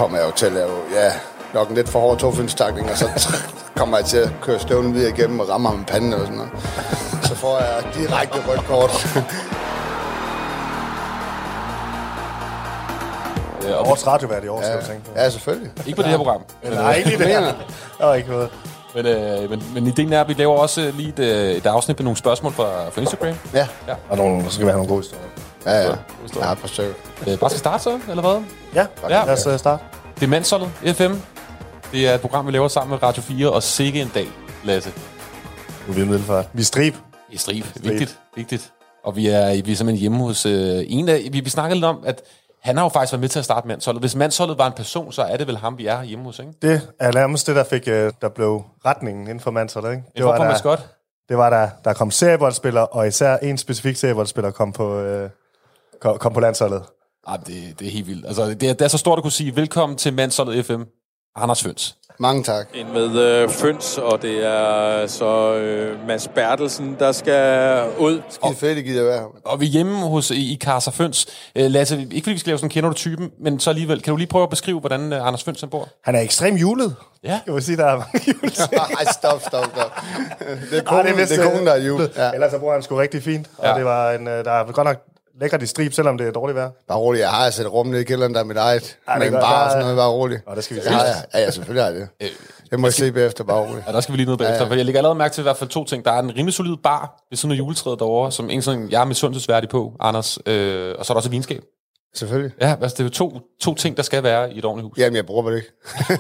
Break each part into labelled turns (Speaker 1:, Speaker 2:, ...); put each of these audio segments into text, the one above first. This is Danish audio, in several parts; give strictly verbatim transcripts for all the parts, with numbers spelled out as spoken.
Speaker 1: kommer jeg jo til at lave, ja, nok en lidt for hård tofindstakning, og så kommer jeg til at køre støvlen videre igennem og rammer ham med panden og sådan noget. Så får jeg direkte rødt kort.
Speaker 2: Ja, årets radiovært i år, skal
Speaker 1: ja.
Speaker 2: du tænke på.
Speaker 1: Ja, selvfølgelig.
Speaker 3: Ikke på det her program.
Speaker 2: Men, nej, ikke det her. Der er ikke noget.
Speaker 3: Men, øh, men, men ideen er, at vi laver også lige et, et afsnit med nogle spørgsmål fra, fra Instagram.
Speaker 1: Ja.
Speaker 2: ja. Og nogle, så skal vi have nogle gode historier.
Speaker 1: Ja, ja. Jeg har et par stykker.
Speaker 3: Øh, bare skal starte så, eller hvad?
Speaker 2: Ja,
Speaker 3: ja.
Speaker 2: lad os starte.
Speaker 3: Det er Mandsholdet, F M. Det er et program, vi laver sammen med Radio fire, og sikke en dag, Lasse.
Speaker 2: Nu er vi i Middelfart. Vi er strib.
Speaker 3: Vi er strib. Vigtigt, vigtigt. Og vi er, vi er simpelthen hjemme hos øh, en af... Vi, vi snakkede lidt om, at han har jo faktisk været med til at starte Mandsholdet. Hvis Mandsholdet var en person, så er det vel ham, vi er hjemme hos, ikke?
Speaker 2: Det er nærmest det, der fik, der blev retningen inden for Mandsholdet, ikke?
Speaker 3: Det var der, maskot.
Speaker 2: Det var der, der kom serieboldspillere, og især en specifik serieboldspiller kom på, øh, kom, kom på landsholdet.
Speaker 3: Ah, det, det er helt vildt. Altså, det, er, det er så stort at kunne sige, velkommen til Mandsholdet F M. Anders Føns.
Speaker 1: Mange tak.
Speaker 4: En med øh, Føns, og det er så øh, Mads Bertelsen, der skal ud.
Speaker 1: Skide fedt, det gider være.
Speaker 3: Og vi er hjemme hos i, i Carser Føns. Uh, Lasse, ikke fordi vi skal lave sådan, kender du typen, men så alligevel, kan du lige prøve at beskrive, hvordan uh, Anders Føns han bor?
Speaker 2: Han er ekstremt julet.
Speaker 3: Ja.
Speaker 2: Kan man sige, der er mange julet.
Speaker 1: Ej, stop, stop, stop. Det er konen, det er konen der er julet.
Speaker 2: Ja. Ellers så bor han sgu rigtig fint. Og ja. det var en, der er godt nok lækkert i strib, selvom det er dårligt vejr.
Speaker 1: Bare roligt, jeg har altså et rum nede i kælderen, der er mit eget.
Speaker 2: Ja,
Speaker 1: men bare der, og sådan noget, bare roligt.
Speaker 2: Og det skal vi
Speaker 1: ja, ja, ja, selvfølgelig har jeg det. Jeg må se bagefter, bare roligt.
Speaker 3: Ja, der skal vi lige ned bagefter. Ja, ja. For jeg lægger allerede mærke til i hvert fald to ting. Der er en rimelig solid bar ved sådan en juletræet derovre, som en sådan, jeg er misundelsesværdig på, Anders. Øh, og så er der også et vinskab.
Speaker 1: Selvfølgelig.
Speaker 3: Ja, altså det er jo to, to ting, der skal være i et ordentligt hus.
Speaker 1: Jamen, jeg bruger det ikke.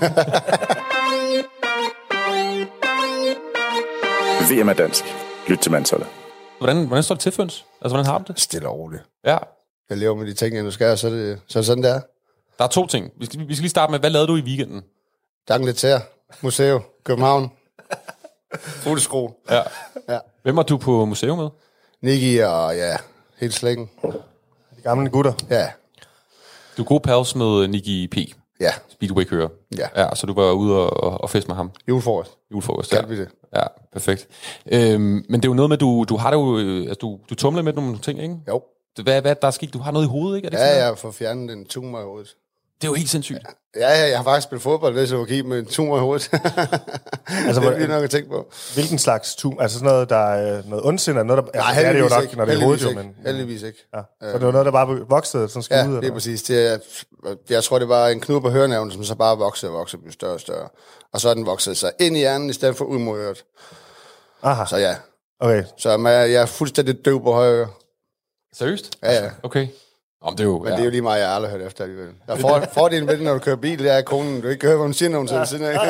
Speaker 5: V M er dansk. Lyt til Mandsholdet.
Speaker 3: Hvordan, hvordan står det til, Føns? Altså, hvordan har du det?
Speaker 1: Stille og roligt.
Speaker 3: Ja.
Speaker 1: Jeg lever med de ting, jeg nu skal, så er det, så er det sådan, det er.
Speaker 3: Der er to ting. Vi skal, vi skal lige starte med, hvad lavede du i weekenden?
Speaker 1: Dankletær, museum, København, Foteskro.
Speaker 3: Ja.
Speaker 1: ja.
Speaker 3: Hvem var du på museum med?
Speaker 1: Niki og ja, helt slækken.
Speaker 2: De gamle gutter.
Speaker 1: Ja.
Speaker 3: Du er god pals med Niki P.
Speaker 1: Ja.
Speaker 3: Speedway-kører.
Speaker 1: Ja.
Speaker 3: Ja, så du var ude og, og, og feste med ham.
Speaker 1: Julefrokost.
Speaker 3: Julefrokost,
Speaker 1: ja.
Speaker 3: ja.
Speaker 1: vi det.
Speaker 3: Ja, perfekt. Øhm, men det er jo noget med, du, du har det jo, altså du, du tumler med nogle ting, ikke?
Speaker 1: Jo.
Speaker 3: Hvad, hvad der er sket? Du har noget i hovedet, ikke? Er det
Speaker 1: ja,
Speaker 3: sådan,
Speaker 1: jeg har fået fjernet en tumor i hovedet.
Speaker 3: Det er jo helt sindssygt.
Speaker 1: Ja, ja, jeg har faktisk spillet fodbold, hvis jeg var kig med en tumor i hovedet. altså, det er lige nok at tænke på.
Speaker 2: Hvilken slags tumor? Altså sådan noget, der er noget ondsind, eller noget, der...
Speaker 1: Nej,
Speaker 2: altså, det er det jo nok,
Speaker 1: ikke.
Speaker 2: når det er hovedet, jo, men...
Speaker 1: Heldigvis ikke.
Speaker 2: Ja. Så det var noget, der bare voksede, som skulle
Speaker 1: ja,
Speaker 2: ud?
Speaker 1: Ja, det er præcis. Det er, jeg tror, det var en knude på hørenævnen, som så bare voksede og voksede og blev større og større. Og så er den vokset sig ind i hjernen, i stedet for ud mod øret.
Speaker 2: Aha.
Speaker 1: Så ja.
Speaker 2: Okay.
Speaker 1: Så jeg er fuldstændig døv på højre øre.
Speaker 3: Seriøst?
Speaker 1: Ja, ja.
Speaker 3: Okay. Om det er jo,
Speaker 1: Men
Speaker 3: ja.
Speaker 1: det er jo lige meget, jeg har aldrig hørt efter alligevel. Der er for, fordelen ved det, når du kører bil, det er, at konen, du ikke kan høre, hvad hun siger, når hun sidder siden af.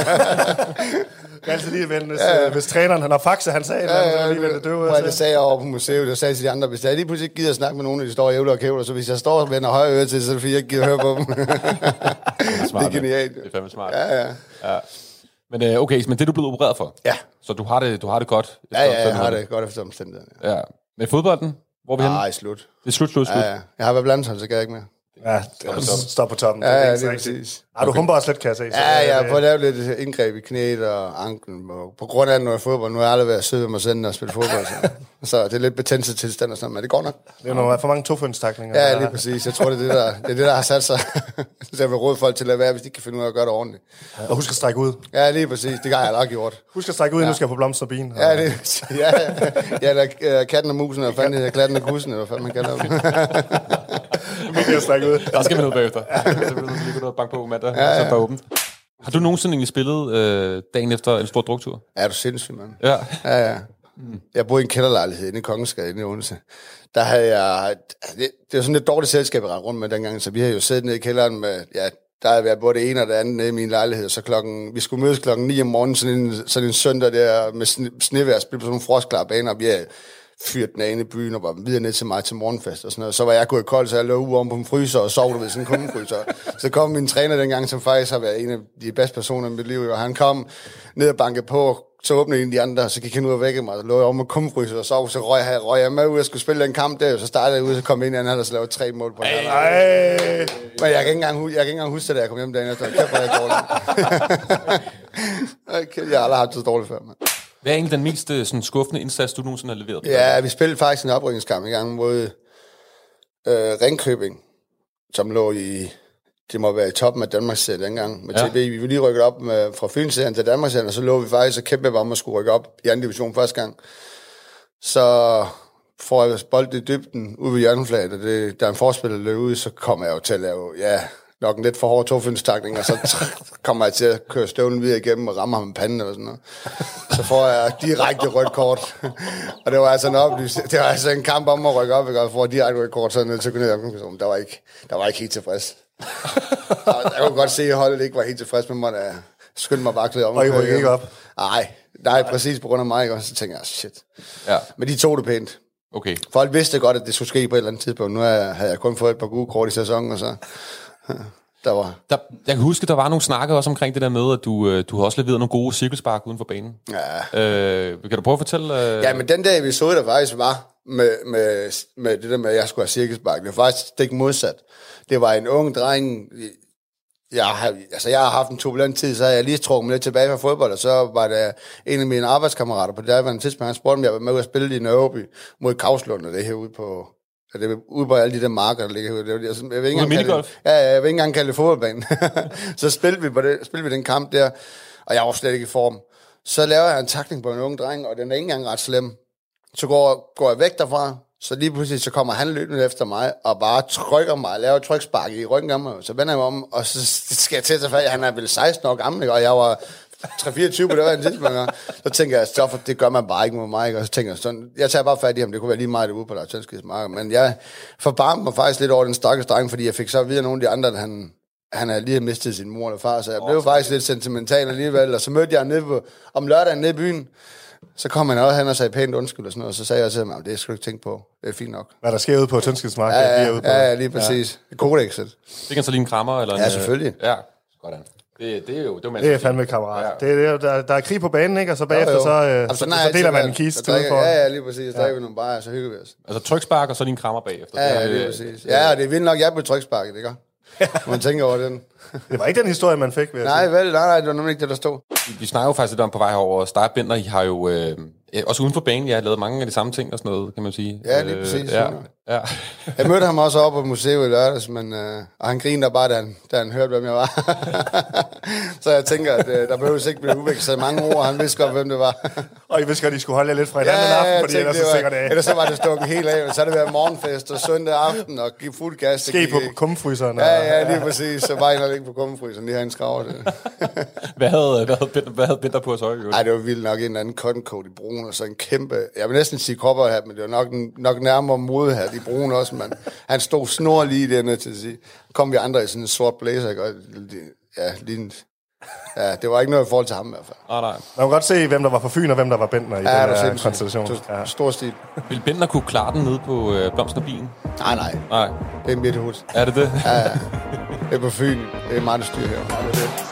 Speaker 2: Jeg kan altid lige vende, hvis, ja, ja. hvis træneren, han har faxe, han sagde, ja, ja, så lige vende det døve.
Speaker 1: Ja, det sagde jeg over på museet, jeg sagde til de andre, hvis jeg lige pludselig ikke gider at snakke med nogen, de står og ævler og kævler, så hvis jeg står og vender højre øre til, så er det fordi, jeg ikke gider at høre på dem. det er, smart, det er genialt.
Speaker 3: Det er fandme smart.
Speaker 1: Ja, ja.
Speaker 3: ja. Men øh, okay, men det er du blevet opereret for?
Speaker 1: Ja.
Speaker 3: Så du har det, du har det godt?
Speaker 1: Ja, ja, jeg har det godt efter omstændighederne.
Speaker 3: Ja. ja. Med fodbolden? Hvor er vi henne?
Speaker 1: Nej, slut.
Speaker 3: Det er slut, slut, slut.
Speaker 1: Ja, ja. Jeg har været blandt, så kan jeg ikke mere.
Speaker 2: Ja, det står på toppen.
Speaker 1: Ja, ja,
Speaker 2: det er
Speaker 1: det er præcis.
Speaker 2: Ah, du humper også lidt, kan jeg se.
Speaker 1: Ja, jeg har fået lavet lidt indgreb i knæet og anklen. På grund af, når jeg fodbold, nu har jeg aldrig været sød ved mig selv, når jeg spiller fodbold. Så, så det er lidt betændelse tilstand og sådan noget, men det går nok.
Speaker 2: Det er nogle for mange tofundstakninger.
Speaker 1: Ja, lige præcis. Jeg tror, det er det, der, det, er det, der har sat sig. Så jeg vil råde folk til at lade være, hvis de ikke kan finde ud af at gøre det ordentligt.
Speaker 2: Ja, og husk at strække ud.
Speaker 1: Ja, lige præcis. Det har jeg nok gjort.
Speaker 2: Husk at strække ud, ja. Nu skal jeg få blomster og bin.
Speaker 1: Ja, det, ja, ja. Ja, der katten og musen, og fanden det klatten og kussen, eller hvad fanden man kalder dem.
Speaker 2: Nu jeg strække ud.
Speaker 3: Der skal vi ned bagefter. Så vil du lige gå ned og banke på mandag, ja, ja. Så bare åbent. Har du nogensinde egentlig spillet øh, dagen efter en stor druktur?
Speaker 1: Ja, du sindssygt, mand.
Speaker 3: Ja.
Speaker 1: Ja, ja. Mm. Jeg boede i en kælderlejlighed inde i Kongensgade, inde i Odense. Der havde jeg... Det, det var sådan et dårligt selskab, jeg rundt med dengang, så vi havde jo siddet nede i kælderen med... Ja, der havde været både det ene og det andet nede i min lejlighed, så klokken... Vi skulle mødes klokken ni om morgenen, sådan en, sådan en søndag der med snevejr, spille på sådan nogle frostklare baner, og vi havde fyrt den af inde i byen og var videre ned til mig til morgenfest og sådan noget. Så var jeg gået kold, så jeg lå ude om på en fryser og sov, du ved, sådan en kummefryser. Så kom min træner dengang, som faktisk har været en af de bedste personer i mit liv, og han kom ned og bankede på, så åbnede en af de andre, så gik han ud og vækkede mig, og lå jeg om med kummefryser og sov, så røg jeg, røg jeg med ud og skulle spille den kamp der, så startede jeg ud, så kom jeg ind, og han havde lavet tre mål på den.
Speaker 2: Ej.
Speaker 1: Men jeg kan ikke engang, jeg kan ikke engang huske det, da jeg kom hjem dagen efter. Kæft, hvor jeg dårligt. Jeg har aldrig haft så dårligt før, mand.
Speaker 3: Hvad er egentlig den mest sådan, skuffende indsats, du nogensinde har leveret?
Speaker 1: Ja, vi spillede faktisk en oprykningskamp i gang mod øh, Ringkøbing, som lå i, det må være i toppen af Danmarksserien dengang med
Speaker 3: Ja.
Speaker 1: T B. Vi var lige rykket op med, fra Fynsserien til Danmarksserien, og så lå vi faktisk og kæmpe om at skulle rykke op i anden division første gang. Så får jeg bolden i dybden ude ved hjørneflaget, og det, der er en forspiller, der løber ud, så kommer jeg jo til at lave, ja, nok en lidt for hård tofyndstakning, og så kommer jeg til at køre støvlen videre igennem og rammer ham med panden eller sådan noget. Så får jeg direkte rødt kort. Og det var altså en oplysning. Det var altså en kamp om at rykke op, ikke? Og får direkte rødt kort, så ned til Gynærum. Der var ikke, der var ikke helt tilfreds. Og jeg kunne godt se, at holdet ikke var helt tilfreds med mig, da jeg skyndte mig bare klæde om.
Speaker 2: Og I rykkede ikke op?
Speaker 1: Nej, nej, præcis på grund af mig, og så tænker jeg, shit.
Speaker 3: Ja.
Speaker 1: Men de tog det pænt.
Speaker 3: Okay.
Speaker 1: Folk vidste godt, at det skulle ske på et eller andet tidspunkt. Nu havde jeg kun fået et par gode kort i sæsonen, og så... Der var...
Speaker 3: Der, jeg kan huske, der var nogle snakke også omkring det der med, at du, du har også leveret nogle gode cirkelspark uden for banen.
Speaker 1: Ja.
Speaker 3: Øh, kan du prøve at fortælle? Øh...
Speaker 1: Ja, men den der episode, der faktisk var med, med, med det der med, at jeg skulle have cirkelspark, det var faktisk stik modsat. Det var en ung dreng... Jeg har, altså jeg har haft en turbulent tid, så har jeg lige trukket mig lidt tilbage fra fodbold, og så var der en af mine arbejdskammerater på det der tidspunkt, han spurgte, om jeg var med ud at spille i Nørreby mod Kavslund, og det her ude på... Ja, det er ude på alle de der marker, der ligger herude. Jeg, jeg, jeg, jeg, vil ikke
Speaker 3: minigolf?
Speaker 1: Det, ja, jeg vil ikke engang kalde det fodboldbanen. Så spillede vi, på det, spillede vi den kamp der, og jeg var slet ikke i form. Så laver jeg en tackling på en ung dreng, og den er ikke engang ret slem. Så går, går jeg væk derfra, så lige pludselig så kommer han løbende efter mig, og bare trykker mig, laver et trykspark i ryggen af mig. Så vender jeg mig om, og så skal jeg til at tage fat. Han er vel seksten år gammel, og jeg var... tre fireogtyve på det var en tidspunkt, så tænker jeg, så det gør man bare ikke mod mig, og så tænker jeg sådan, jeg tager bare fat i ham, det kunne være lige meget det ude på Lars Tønskeds marker, men jeg forbarmede mig faktisk lidt over den stakkels dreng, fordi jeg fik så videre nogle af de andre, at han, han havde lige mistet sin mor eller far, så jeg blev faktisk lidt sentimental alligevel, og så mødte jeg nede på, om lørdagen nede i byen, så kom han også hen og sagde pænt undskyld og sådan noget, og så sagde jeg til ham, det skal du ikke tænke på, det er fint nok.
Speaker 2: Hvad der sker ude på Tønskeds marker?
Speaker 1: Ja, ja,
Speaker 2: ude på.
Speaker 1: ja, ja, lige præcis. Ja. Kodexet.
Speaker 3: Fik han så lige en krammer? Eller
Speaker 1: Ja,
Speaker 3: en,
Speaker 1: selvfølgelig.
Speaker 3: Ja, godt an. Det, det er jo... Det er,
Speaker 2: Det er fandme kammerat. Ja. Det er, der, der er krig på banen, ikke? Og så bagefter,
Speaker 1: Jo, jo.
Speaker 2: så, øh,
Speaker 1: Jamen,
Speaker 2: så,
Speaker 1: sådan har
Speaker 2: så
Speaker 1: jeg
Speaker 2: deler
Speaker 1: altid
Speaker 2: man en
Speaker 1: været.
Speaker 2: kiste
Speaker 1: Så
Speaker 2: ude
Speaker 1: drikker-
Speaker 2: for.
Speaker 1: Ja, ja, lige præcis. Så drikker vi nogle bajer, og så hygger vi os.
Speaker 3: Altså trykspark, og så lige en krammer bagefter.
Speaker 1: Ja,
Speaker 3: Det
Speaker 1: ja,
Speaker 3: er,
Speaker 1: lige
Speaker 3: øh,
Speaker 1: præcis. Ja, og det er vildt nok, jeg blev tryksparket, ikke? Man tænker over den.
Speaker 2: Det var ikke den historie, man fik, vil jeg
Speaker 1: Nej,
Speaker 2: sige.
Speaker 1: vel, nej, nej, det var nemlig ikke det, der stod.
Speaker 3: Vi, vi snakker jo faktisk lidt om på vej herover. Start Bender, I har jo... Øh, også uden for banen, jeg har lavet mange af de samme ting og sådan noget, kan man sige.
Speaker 1: Ja, lige præcis.
Speaker 3: Ja, ja.
Speaker 1: Jeg mødte ham også oppe på museet i lørdags, men, øh, og han grinede bare, da han, da han hørte, hvem jeg var. Så jeg tænker, at øh, der behøves ikke blive udvekslet mange ord, han vidste godt, hvem det var.
Speaker 2: Og I vidste godt, I skulle holde jer lidt fra hinanden en aften, fordi ellers så stikker det af.
Speaker 1: Ellers så var det stukket helt af, så har det været morgenfest og søndag aften og give fuld gas.
Speaker 2: Ske på kummefryseren.
Speaker 1: Ja, ja, lige præcis. Så bare ind og ligge på kummefryseren, lige have en skraver det.
Speaker 3: Hvad havde, hvad havde, Bender, hvad havde Bender på os øje?
Speaker 1: Ej, det var vildt nok en eller anden cotton coat i brun, og så en kæmpe, jeg vil næsten sige kopperhat, men det var nok, nok nærmere modehat i brun også, men han stod snor lige dernede til at sige. Kom vi andre i sådan en sort blazer, ikke? Og, ja, lige ja, det var ikke noget i forhold til ham i hvert fald.
Speaker 3: Ah, nej.
Speaker 2: Man kan godt se, hvem der var for Fyn, og hvem der var Bentner i
Speaker 1: Ja,
Speaker 2: den
Speaker 1: det
Speaker 2: her
Speaker 1: var
Speaker 2: konstellation.
Speaker 1: ja. Stor stil.
Speaker 3: Vil Bender kunne klare den nede på øh, Blomsten og Bilen?
Speaker 1: Nej, nej.
Speaker 3: Nej.
Speaker 1: Det er midt i hus.
Speaker 3: Er det det?
Speaker 1: Ja, ja. Det er på Fyn. Det er meget styr her. Ja, det er det.